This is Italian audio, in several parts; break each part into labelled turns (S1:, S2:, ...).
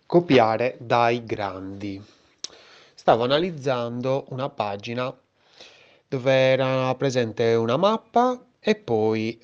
S1: Copiare dai grandi. Stavo analizzando una pagina dove era presente una mappa e poi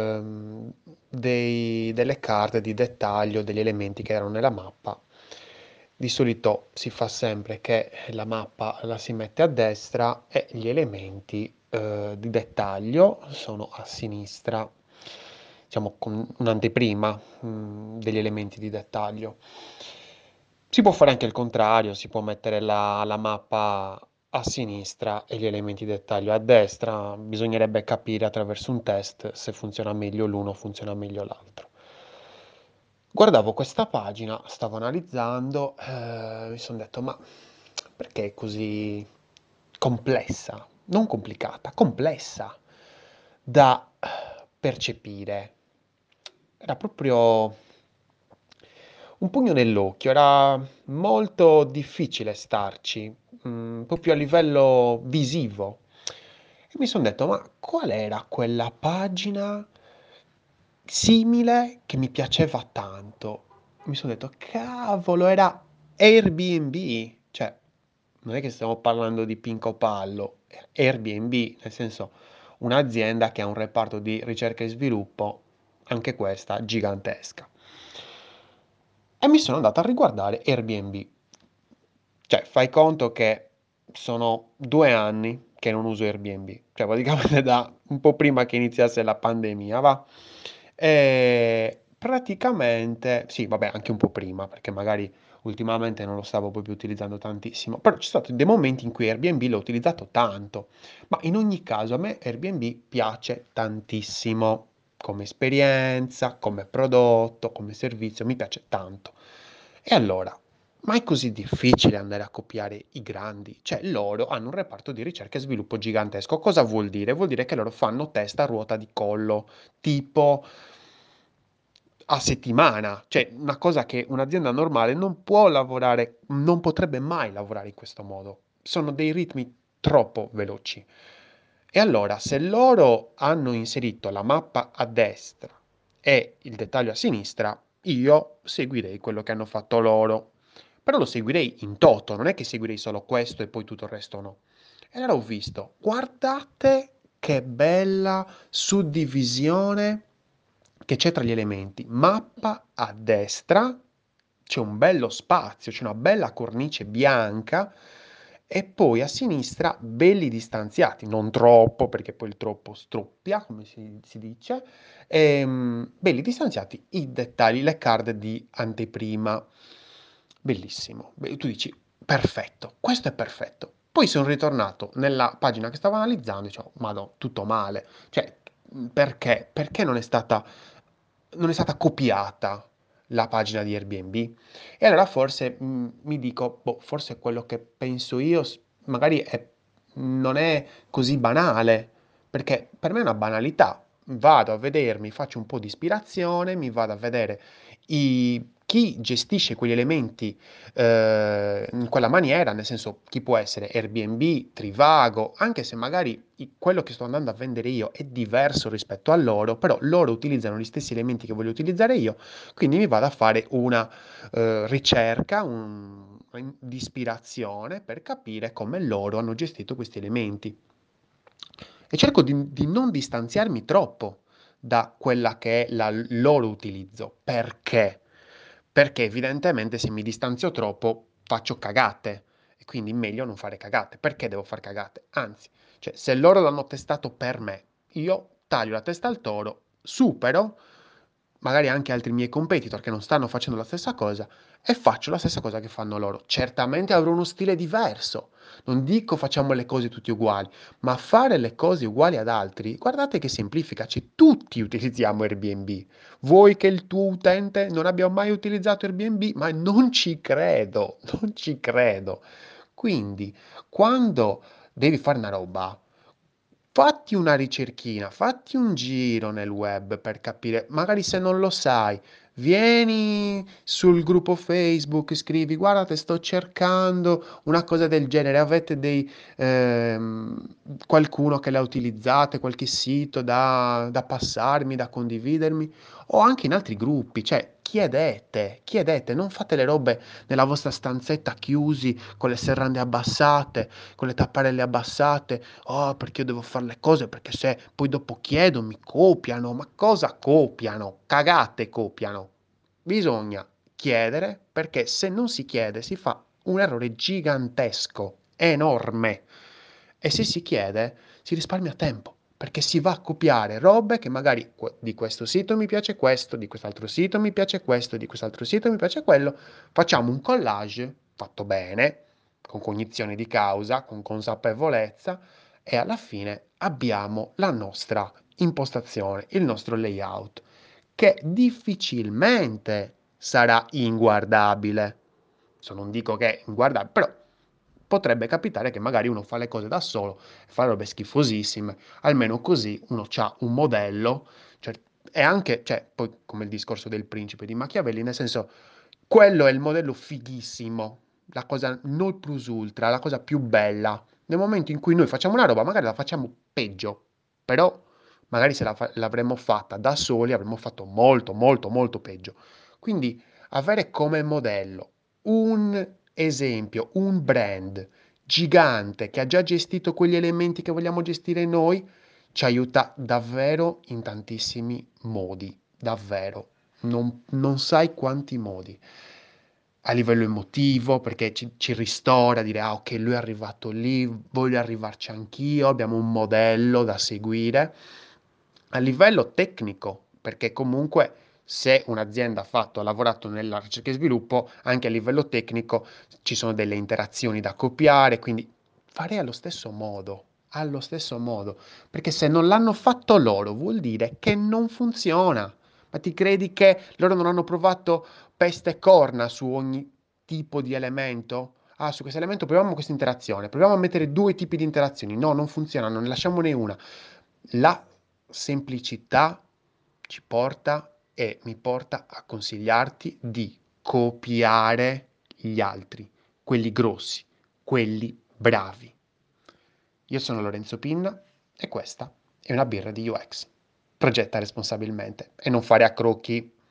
S1: delle carte di dettaglio degli elementi che erano nella mappa. Di solito si fa sempre che la mappa la si mette a destra e gli elementi di dettaglio sono a sinistra, diciamo con un'anteprima degli elementi di dettaglio. Si può fare anche il contrario, si può mettere la mappa a sinistra e gli elementi di dettaglio a destra. Bisognerebbe capire attraverso un test se funziona meglio l'uno o funziona meglio l'altro. Guardavo questa pagina, stavo analizzando, mi sono detto, ma perché è così complessa? Non complicata, complessa da percepire. Era proprio un pugno nell'occhio, era molto difficile starci, proprio a livello visivo. E mi sono detto, ma qual era quella pagina simile che mi piaceva tanto? Mi sono detto, cavolo, era Airbnb. Cioè, non è che stiamo parlando di Pinco Pallo, era Airbnb, nel senso un'azienda che ha un reparto di ricerca e sviluppo, anche questa gigantesca. E mi sono andato a riguardare Airbnb. Cioè, fai conto che sono 2 anni che non uso Airbnb, cioè praticamente da un po' prima che iniziasse la pandemia, va? E praticamente, sì, vabbè, anche un po' prima, perché magari ultimamente non lo stavo proprio utilizzando tantissimo, però ci sono stati dei momenti in cui Airbnb l'ho utilizzato tanto, ma in ogni caso a me Airbnb piace tantissimo come esperienza, come prodotto, come servizio, mi piace tanto. E allora, ma è così difficile andare a copiare i grandi? Cioè, loro hanno un reparto di ricerca e sviluppo gigantesco. Cosa vuol dire? Vuol dire che loro fanno test a ruota di collo, tipo a settimana. Cioè, una cosa che un'azienda normale non può lavorare, non potrebbe mai lavorare in questo modo. Sono dei ritmi troppo veloci. E allora, se loro hanno inserito la mappa a destra e il dettaglio a sinistra, io seguirei quello che hanno fatto loro. Però lo seguirei in toto, non è che seguirei solo questo e poi tutto il resto no. E allora ho visto, guardate che bella suddivisione che c'è tra gli elementi. Mappa a destra, c'è un bello spazio, c'è una bella cornice bianca e poi a sinistra belli distanziati, non troppo perché poi il troppo struppia, come si dice, belli distanziati i dettagli, le card di anteprima. Bellissimo. Tu dici, perfetto, questo è perfetto. Poi sono ritornato nella pagina che stavo analizzando e dicevo, ma no, tutto male. Cioè, perché? Perché non è stata copiata la pagina di Airbnb? E allora forse mi dico, boh, forse quello che penso io magari non è così banale, perché per me è una banalità. Vado a vedermi, faccio un po' di ispirazione, mi vado a vedere chi gestisce quegli elementi in quella maniera, nel senso chi può essere Airbnb, Trivago, anche se magari quello che sto andando a vendere io è diverso rispetto a loro, però loro utilizzano gli stessi elementi che voglio utilizzare io, quindi mi vado a fare una ricerca di ispirazione per capire come loro hanno gestito questi elementi. E cerco di non distanziarmi troppo da quella che è la loro utilizzo. Perché? Perché evidentemente se mi distanzio troppo faccio cagate e quindi meglio non fare cagate. Perché devo fare cagate? Anzi, cioè, se loro l'hanno testato per me, io taglio la testa al toro, supero magari anche altri miei competitor che non stanno facendo la stessa cosa e faccio la stessa cosa che fanno loro. Certamente avrò uno stile diverso. Non dico facciamo le cose tutti uguali, ma fare le cose uguali ad altri, guardate che semplifica, cioè tutti utilizziamo Airbnb. Vuoi che il tuo utente non abbia mai utilizzato Airbnb? Ma non ci credo, non ci credo. Quindi, quando devi fare una roba, fatti una ricerchina, fatti un giro nel web per capire, magari se non lo sai, vieni sul gruppo Facebook, scrivi, guardate, sto cercando una cosa del genere, avete qualcuno che l'ha utilizzato, qualche sito da passarmi, da condividermi? o anche in altri gruppi, cioè chiedete, non fate le robe nella vostra stanzetta chiusi, con le serrande abbassate, con le tapparelle abbassate, oh perché io devo fare le cose, perché se poi dopo chiedo mi copiano, ma cosa copiano? Cagate copiano. Bisogna chiedere perché se non si chiede si fa un errore gigantesco, enorme. E se si chiede si risparmia tempo, perché si va a copiare robe che magari di questo sito mi piace questo, di quest'altro sito mi piace questo, di quest'altro sito mi piace quello. Facciamo un collage fatto bene, con cognizione di causa, con consapevolezza e alla fine abbiamo la nostra impostazione, il nostro layout che difficilmente sarà inguardabile. Adesso non dico che è inguardabile, però potrebbe capitare che magari uno fa le cose da solo e fa robe schifosissime, almeno così uno ha un modello, cioè, e anche, cioè, poi come il discorso del principe di Machiavelli, nel senso, quello è il modello fighissimo, la cosa non plus ultra, la cosa più bella. Nel momento in cui noi facciamo una roba, magari la facciamo peggio, però magari se l'avremmo fatta da soli avremmo fatto molto, molto, molto peggio. Quindi avere come modello un esempio, un brand gigante che ha già gestito quegli elementi che vogliamo gestire noi, ci aiuta davvero in tantissimi modi, davvero. Non sai quanti modi. A livello emotivo, perché ci ristora dire, ah ok, lui è arrivato lì, voglio arrivarci anch'io, abbiamo un modello da seguire. A livello tecnico, perché comunque se un'azienda ha lavorato nella ricerca e sviluppo, anche a livello tecnico ci sono delle interazioni da copiare, quindi farei allo stesso modo, perché se non l'hanno fatto loro vuol dire che non funziona. Ma ti credi che loro non hanno provato peste e corna su ogni tipo di elemento? Ah, su questo elemento proviamo questa interazione, proviamo a mettere due tipi di interazioni. No, non funzionano, ne lasciamone una. La semplicità ci porta e mi porta a consigliarti di copiare gli altri, quelli grossi, quelli bravi. Io sono Lorenzo Pinna e questa è una birra di UX. Progetta responsabilmente e non fare accrocchi.